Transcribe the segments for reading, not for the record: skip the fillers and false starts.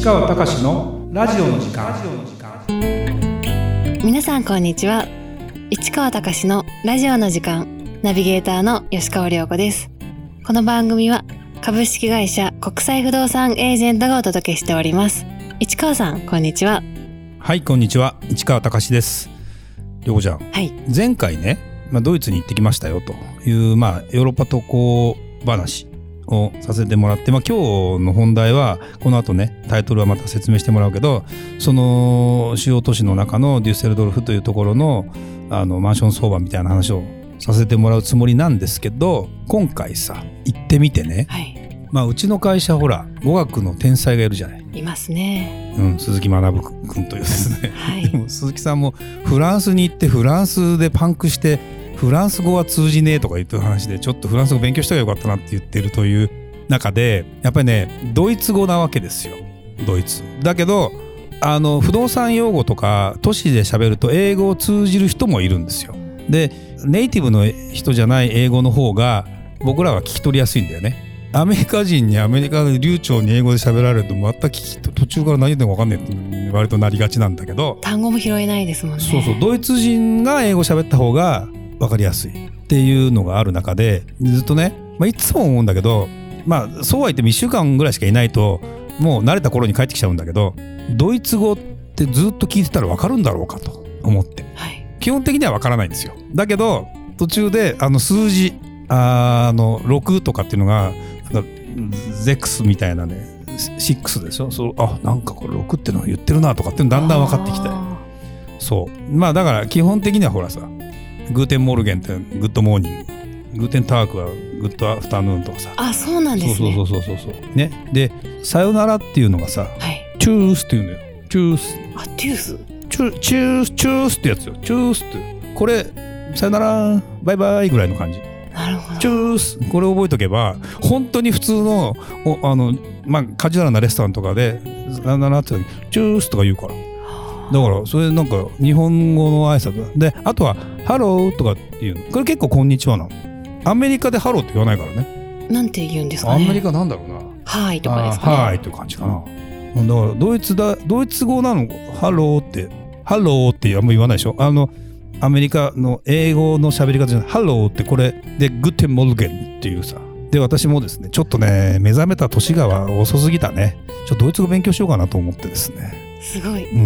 川隆のラジオの時間。 皆さんこんにちは。市川隆のラジオの時間、ナビゲーターの吉川亮子です。この番組は株式会社国際不動産エージェントがお届けしております。市川さんこんにちは。 はい、こんにちは。市川隆です。亮子ちゃん、 はい、 前回ね、ドイツに行ってきましたよという、ヨーロッパ渡航話をさせてもらって、今日の本題はこの後ね、タイトルはまた説明してもらうけど、その主要都市の中のデュッセルドルフというところのマンション相場みたいな話をさせてもらうつもりなんですけど、今回さ行ってみてね、 はい、 うちの会社ほら語学の天才がいるじゃない。 いますね、 鈴木学君というですね、 はい、 でも鈴木さんもフランスに行ってフランスでパンクしてフランス語は通じねえとか言ってる話で、ちょっとフランス語勉強したらよかったなって言ってるという中で、やっぱりねドイツ語なわけですよ。ドイツだけど不動産用語とか都市で喋ると英語を通じる人もいるんですよ。でネイティブの人じゃない英語の方が僕らは聞き取りやすいんだよね。アメリカ人にアメリカで流暢に英語で喋られると全く途中から何言ってるか分かんないって割となりがちなんだけど、 単語も拾えないですもんね。 そうドイツ人が英語喋った方が分かりやすいっていうのがある中で、ずっとね、いつも思うんだけど、そうは言っても1週間ぐらいしかいないともう慣れた頃に帰ってきちゃうんだけど、ドイツ語ってずっと聞いてたら分かるんだろうかと思って、はい、基本的には分からないんですよ。だけど途中で数字6とかっていうのがゼックスみたいなね、6でしょ。なんかこれ6っての言ってるなとかってだんだん分かってきて、そうだから基本的にはほらさ、グーテンモルゲンってグッドモーニング、グーテンタークはグッドアフタヌーンとかさ。 あ、そうなんですね。 そうね。でさよならっていうのがさ、はい、チュースっていうんだよ。チュース。 あ、チュース。 チュースってやつよ。チュースってこれさよならバイバイぐらいの感じ。 なるほど。 チュース、これ覚えとけば本当に普通のカジュアルなレストランとかでさよならってチュースとか言うから。だからそれなんか日本語の挨拶で、あとはハローとかっていうの、これ結構こんにちはなの。アメリカでハローって言わないからね。 なんて言うんですかね。 アメリカなんだろうな、 はいとかですかね。 はいっていう感じかな。だからドイツ語なの。ハローってあんま言わないでしょ。アメリカの英語の喋り方じゃない。ハローってこれでグッテンモルゲンっていうさ。で私もですね、ちょっとね目覚めた年が遅すぎたね。ドイツ語勉強しようかなと思ってですね、 すごい、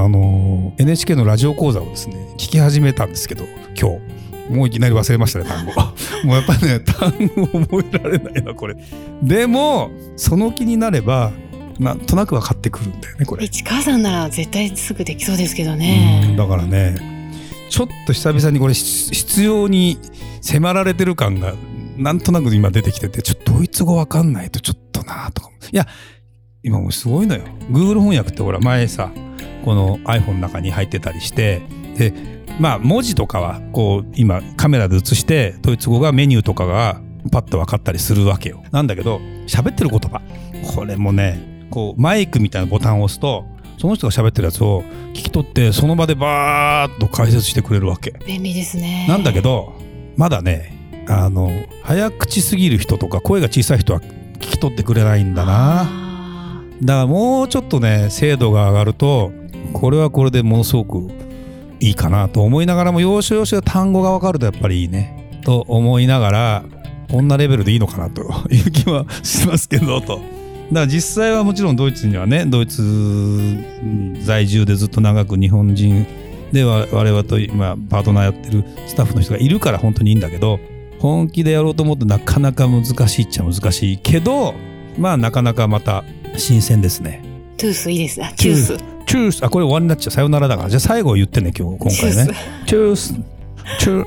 NHK のラジオ講座をですね聞き始めたんですけど、今日もういきなり忘れましたね、単語もうやっぱりね単語覚えられないなこれ。でもその気になればなんとなく分かってくるんだよねこれ。 市川さんなら絶対すぐできそうですけどね。 だからねちょっと久々にこれ必要に迫られてる感がなんとなく今出てきてて、ちょっとドイツ語分かんないとちょっとなとか。いや今もうすごいのよ。 Google 翻訳ってほら前さこの iPhone の中に入ってたりして、で文字とかはこう今カメラで映してドイツ語がメニューとかがパッと分かったりするわけよ。なんだけど喋ってる言葉、これもねこうマイクみたいなボタンを押すとその人が喋ってるやつを聞き取ってその場でバーッと解説してくれるわけ。 便利ですね。 なんだけどまだね早口すぎる人とか声が小さい人は聞き取ってくれないんだな。だからもうちょっとね精度が上がるとこれはこれでものすごくいいかなと思いながらも、要所要所単語が分かるとやっぱりいいねと思いながら、こんなレベルでいいのかなという気はしますけどと。だから実際はもちろんドイツにはね、ドイツ在住でずっと長く日本人で我々と今パートナーやってるスタッフの人がいるから本当にいいんだけど、本気でやろうと思うとなかなか難しいっちゃ難しいけど、なかなかまた新鮮ですね。 トゥースいいですね。チュース。これ終わりになっちゃう。さよならだから。じゃあ最後言ってね今回ね。チュースチュ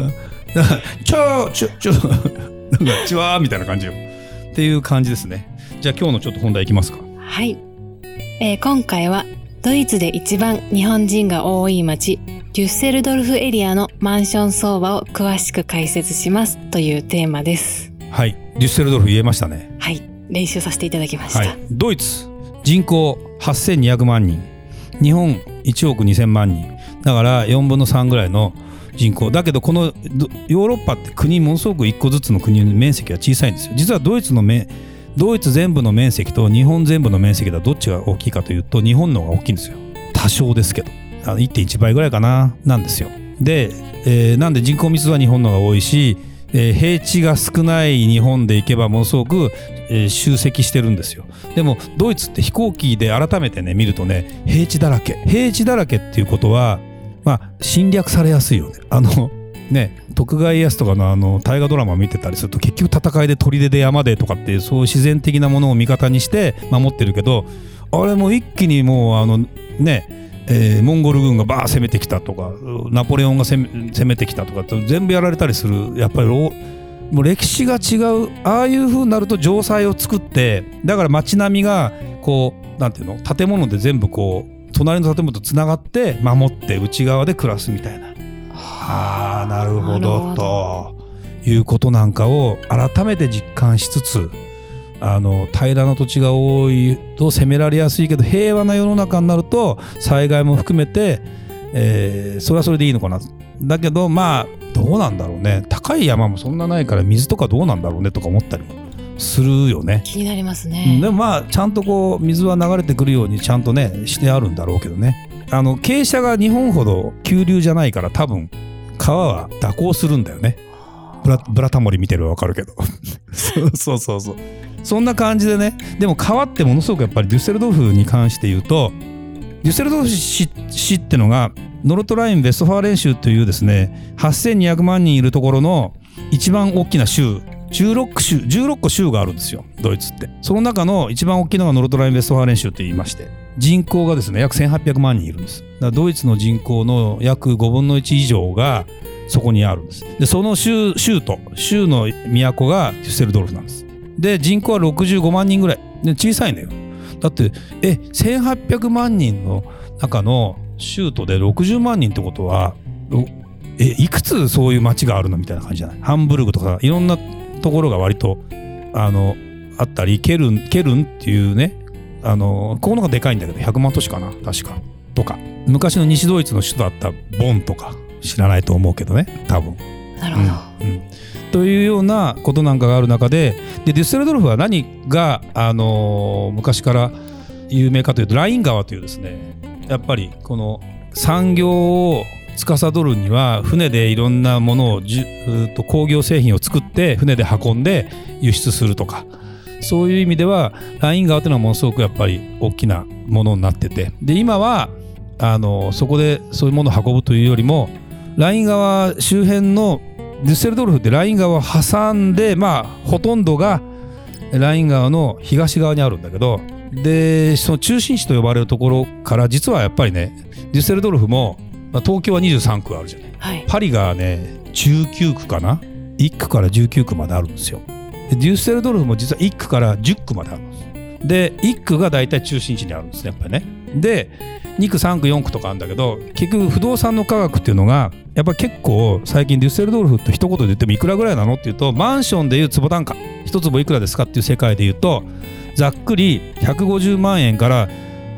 なんかチワーみたいな感じよっていう感じですね。じゃあ今日のちょっと本題いきますか。 はい、今回はドイツで一番日本人が多い町デュッセルドルフエリアのマンション相場を詳しく解説しますというテーマです。 はい、デュッセルドルフ言えましたね。 はい、練習させていただきました。はい、 ドイツ人口8200万人、日本1億2000万人だから4分の3ぐらいの人口だけど、このヨーロッパって国ものすごく1個ずつの国の面積が小さいんですよ。実はドイツのドイツ全部の面積と日本全部の面積ではどっちが大きいかというと日本の方が大きいんですよ。多少ですけど1.1 倍ぐらいかななんですよ。で、なんで人口密度は日本の方が多いし、平地が少ない日本で行けばものすごく、集積してるんですよ。でもドイツって飛行機で改めてね見るとね平地だらけっていうことは侵略されやすいよね。徳川家康とかの大河ドラマを見てたりすると結局戦いで砦で山でとかっていうそういう自然的なものを味方にして守ってるけど、あれも一気にもうモンゴル軍がバー攻めてきたとかナポレオンが攻めてきたとかって全部やられたりする。やっぱりもう歴史が違う。ああいう風になると城塞を作って、だから街並みがこうなんていうの建物で全部こう隣の建物とつながって守って内側で暮らすみたいな。なるほどということなんかを改めて実感しつつ、平らな土地が多いと攻められやすいけど平和な世の中になると災害も含めて、それはそれでいいのかな。だけどどうなんだろうね。高い山もそんなないから水とかどうなんだろうねとか思ったりもするよね。 気になりますね。 でもちゃんとこう水は流れてくるようにちゃんとねしてあるんだろうけどね。傾斜が日本ほど急流じゃないから多分川は蛇行するんだよね。ブラタモリ見てればわかるけどそうそんな感じでね。でも川ってものすごくやっぱりデュッセルドルフに関して言うと、デュッセルドルフ市ってのがノルトライン・ヴェストファーレン州というですね8200万人いるところの一番大きな州16個州があるんですよドイツって。その中の一番大きいのがノルトライン・ヴェストファーレン州と言いまして、人口がですね約1800万人いるんです。だからドイツの人口の約5分の1以上がそこにあるんです。でその州の都がデュッセルドルフなんです。で人口は65万人ぐらいで小さいのよ。だって1800万人の中の州都で60万人ってことはいくつそういう町があるのみたいな感じじゃない。ハンブルグとかいろんなところが割とあったり、ケルンっていうねここのがでかいんだけど100万都市かな確かとか、昔の西ドイツの首都だったボンとか知らないと思うけどね多分。 なるほど、 というようなことなんかがある中で、デュッセルドルフは何が昔から有名かというとライン川というですね、やっぱりこの産業を司るには船でいろんなものを工業製品を作って船で運んで輸出するとか、そういう意味ではライン川というのはものすごくやっぱり大きなものになってて、で今はそこでそういうものを運ぶというよりもライン川周辺のデュッセルドルフってライン川を挟んでほとんどがライン川の東側にあるんだけど、でその中心地と呼ばれるところから実はやっぱりねデュッセルドルフも東京は23区あるじゃない、はい、パリがね19区かな、1区から19区まであるんですよ。でデュッセルドルフも実は1区から10区まであるんです。で1区がだいたい中心地にあるんですねやっぱりね。で2区3区4区とかあるんだけど、結局不動産の価格っていうのがやっぱり結構最近デュッセルドルフって一言で言ってもいくらぐらいなのっていうと、マンションでいう坪単価一坪いくらですかっていう世界でいうとざっくり150万円から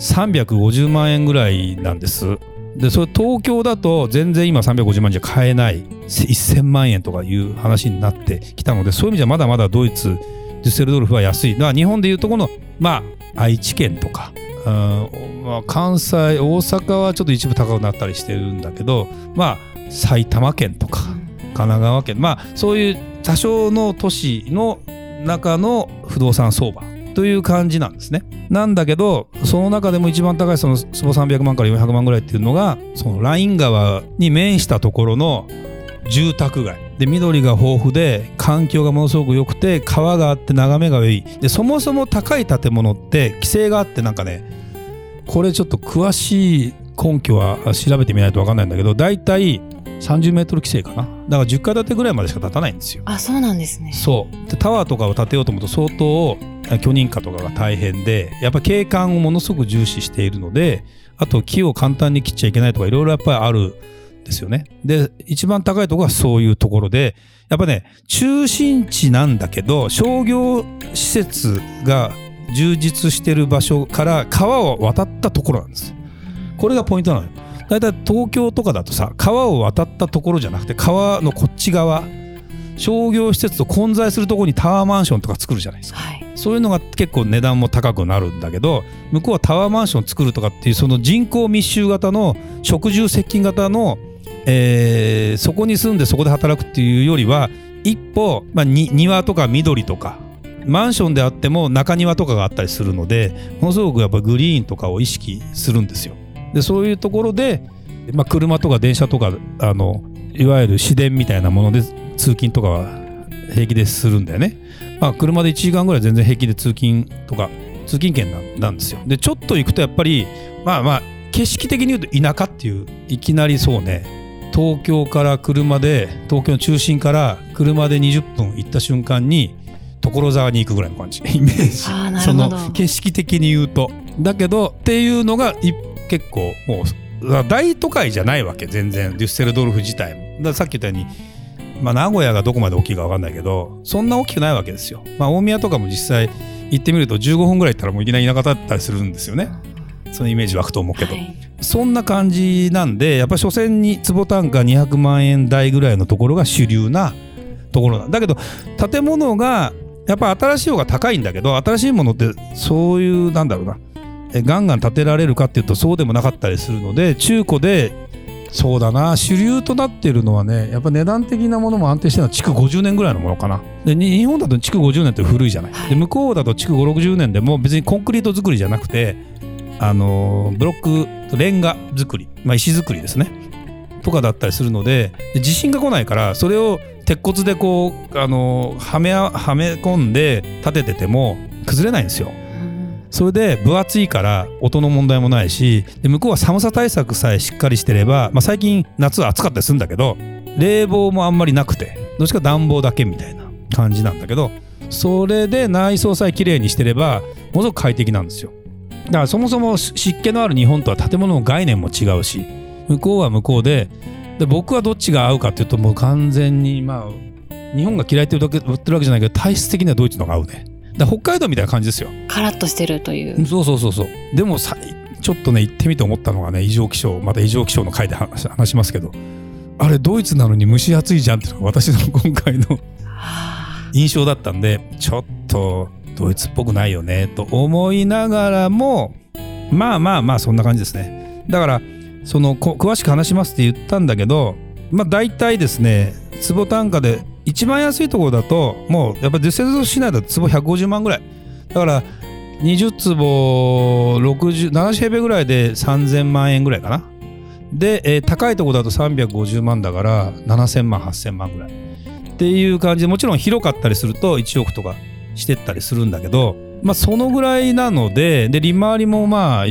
350万円ぐらいなんです。でそれ東京だと全然今350万じゃ買えない1000万円とかいう話になってきたので、そういう意味じゃまだまだドイツデュッセルドルフは安い。だから日本でいうとこの愛知県とか関西大阪はちょっと一部高くなったりしてるんだけど、埼玉県とか神奈川県、そういう多少の都市の中の不動産相場という感じなんですね。なんだけどその中でも一番高いその坪300万から400万ぐらいっていうのがそのライン川に面したところの住宅街で、緑が豊富で環境がものすごく良くて川があって眺めが良い。でそもそも高い建物って規制があって、なんかねこれちょっと詳しい根拠は調べてみないと分かんないんだけど、だいたい30メートル規制かな。だから10階建てぐらいまでしか建たないんですよ。 あ、そうなんですね。 そうでタワーとかを建てようと思うと相当許認可とかが大変で、やっぱ景観をものすごく重視しているので、あと木を簡単に切っちゃいけないとかいろいろやっぱりあるんですよね。で一番高いところはそういうところで、やっぱね中心地なんだけど商業施設が充実してる場所から川を渡ったところなんです。これがポイントなのよ。だいたい東京とかだとさ、川を渡ったところじゃなくて川のこっち側商業施設と混在するところにタワーマンションとか作るじゃないですか、はい、そういうのが結構値段も高くなるんだけど、向こうはタワーマンション作るとかっていうその人口密集型の職住接近型の、そこに住んでそこで働くっていうよりは一歩、庭とか緑とかマンションであっても中庭とかがあったりするので、ものすごくやっぱグリーンとかを意識するんですよ。でそういうところで、車とか電車とかいわゆる市電みたいなもので通勤とかは平気でするんだよね。車で1時間ぐらい全然平気で通勤圏なんですよ。でちょっと行くとやっぱり景色的に言うと田舎っていう、いきなりそうね、東京の中心から車で20分行った瞬間に所沢に行くぐらいの感じイメージ。その景色的に言うとだけどっていうのが結構もう大都会じゃないわけ、全然デュッセルドルフ自体も。だからさっき言ったように、名古屋がどこまで大きいか分かんないけどそんな大きくないわけですよ。大宮とかも実際行ってみると15分ぐらい行ったらもういきなり田舎だったりするんですよね。そのイメージ湧くと思うけど、はい、そんな感じなんで、やっぱり所詮に坪単価200万円台ぐらいのところが主流なところなんだけど、建物がやっぱ新しい方が高いんだけど、新しいものってそういうガンガン建てられるかっていうとそうでもなかったりするので、中古でそうだな、主流となっているのはね、やっぱ値段的なものも安定してるのは築50年ぐらいのものかな。で日本だと築50年って古いじゃない。で向こうだと築5、60年でも別にコンクリート作りじゃなくてブロックレンガ作り、石作りですねとかだったりするので、地震が来ないからそれを鉄骨でこうはめ込んで建ててても崩れないんですよ。それで分厚いから音の問題もないし、で向こうは寒さ対策さえしっかりしてれば、最近夏は暑かったりするんだけど冷房もあんまりなくて、どっちか暖房だけみたいな感じなんだけど、それで内装さえきれいにしてればものすごく快適なんですよ。だからそもそも湿気のある日本とは建物の概念も違うし、向こうは向こうで僕はどっちが合うかっていうともう完全に日本が嫌いって言ってるわけじゃないけど、体質的にはドイツの方が合うね。だから北海道みたいな感じですよ。 カラッとしてるという。そう。 でもちょっとね行ってみて思ったのがね、異常気象の回で話しますけど、あれドイツなのに蒸し暑いじゃんっていうのが私の今回の印象だったんで、ちょっとドイツっぽくないよねと思いながらも、そんな感じですね。だからその詳しく話しますって言ったんだけど、大体ですね、坪単価で一番安いところだともうやっぱりデュッセルドルフ市内だと坪150万ぐらいだから、20坪70平米ぐらいで3000万円ぐらいかな。で、高いところだと350万だから7000万8000万ぐらいっていう感じで、もちろん広かったりすると1億とかしてったりするんだけど、そのぐらいなので、利回りも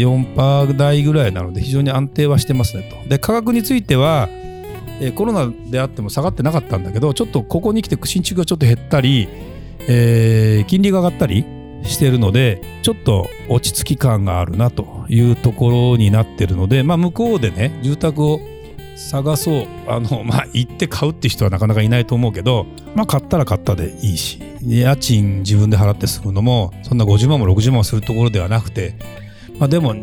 4% 台ぐらいなので非常に安定はしてますねと。で価格についてはコロナであっても下がってなかったんだけど、ちょっとここに来て新築がちょっと減ったり、金利が上がったりしてるので、ちょっと落ち着き感があるなというところになってるので、向こうでね住宅を探そう、行って買うって人はなかなかいないと思うけど、買ったら買ったでいいし、家賃自分で払って住むのもそんな50万も60万するところではなくて、でも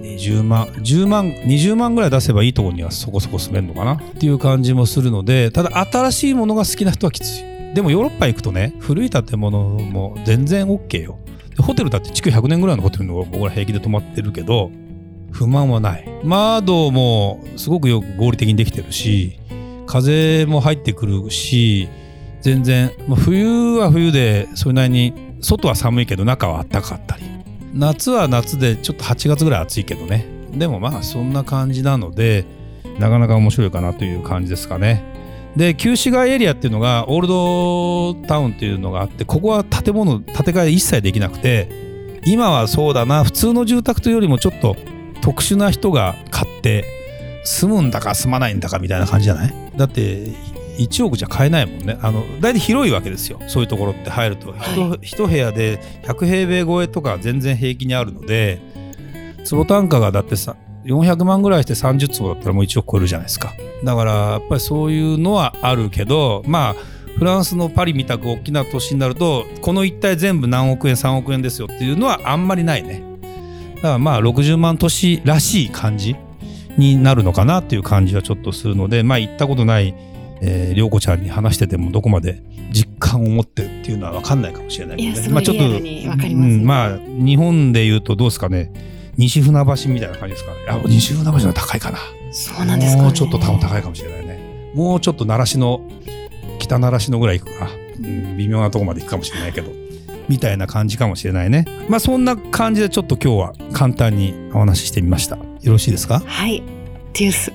20万ぐらい出せばいいところにはそこそこ住めるのかなっていう感じもするので、ただ新しいものが好きな人はきつい。でもヨーロッパ行くとね、古い建物も全然 OK よ。ホテルだって築100年ぐらいのホテルの僕ら平気で泊まってるけど不満はない。窓もすごくよく合理的にできてるし、風も入ってくるし、全然、冬は冬でそれなりに外は寒いけど中は暖かかったり、夏は夏でちょっと8月ぐらい暑いけどね、でもそんな感じなのでなかなか面白いかなという感じですかね。で旧市街エリアっていうのがオールドタウンっていうのがあって、ここは建物建て替え一切できなくて、今はそうだな、普通の住宅というよりもちょっと特殊な人が買って住むんだか住まないんだかみたいな感じじゃない？だって1億じゃ買えないもんね。だいたい広いわけですよ、そういうところって入ると。一部屋で100平米超えとか全然平気にあるので、坪単価がだってさ400万ぐらいして30坪だったらもう1億超えるじゃないですか。だからやっぱりそういうのはあるけど、フランスのパリみたく大きな都市になるとこの一帯全部何億円3億円ですよっていうのはあんまりないね。だから60万都市らしい感じになるのかなっていう感じはちょっとするので、行ったことない涼子ちゃんに話しててもどこまで実感を持ってっていうのは分かんないかもしれないけどね。 いやすごいリアルに分かりますね。 まあ日本でいうとどうですかね、西船橋みたいな感じですかね。西船橋は高いかな。 そうなんですかね。 もうちょっと多分高いかもしれないね。もうちょっと習志野、北習志野ぐらい行くか、微妙なとこまで行くかもしれないけどみたいな感じかもしれないね。まあそんな感じでちょっと今日は簡単にお話ししてみました。よろしいですか？ はい、デュース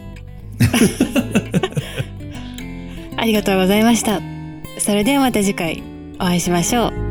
ありがとうございました。それではまた次回お会いしましょう。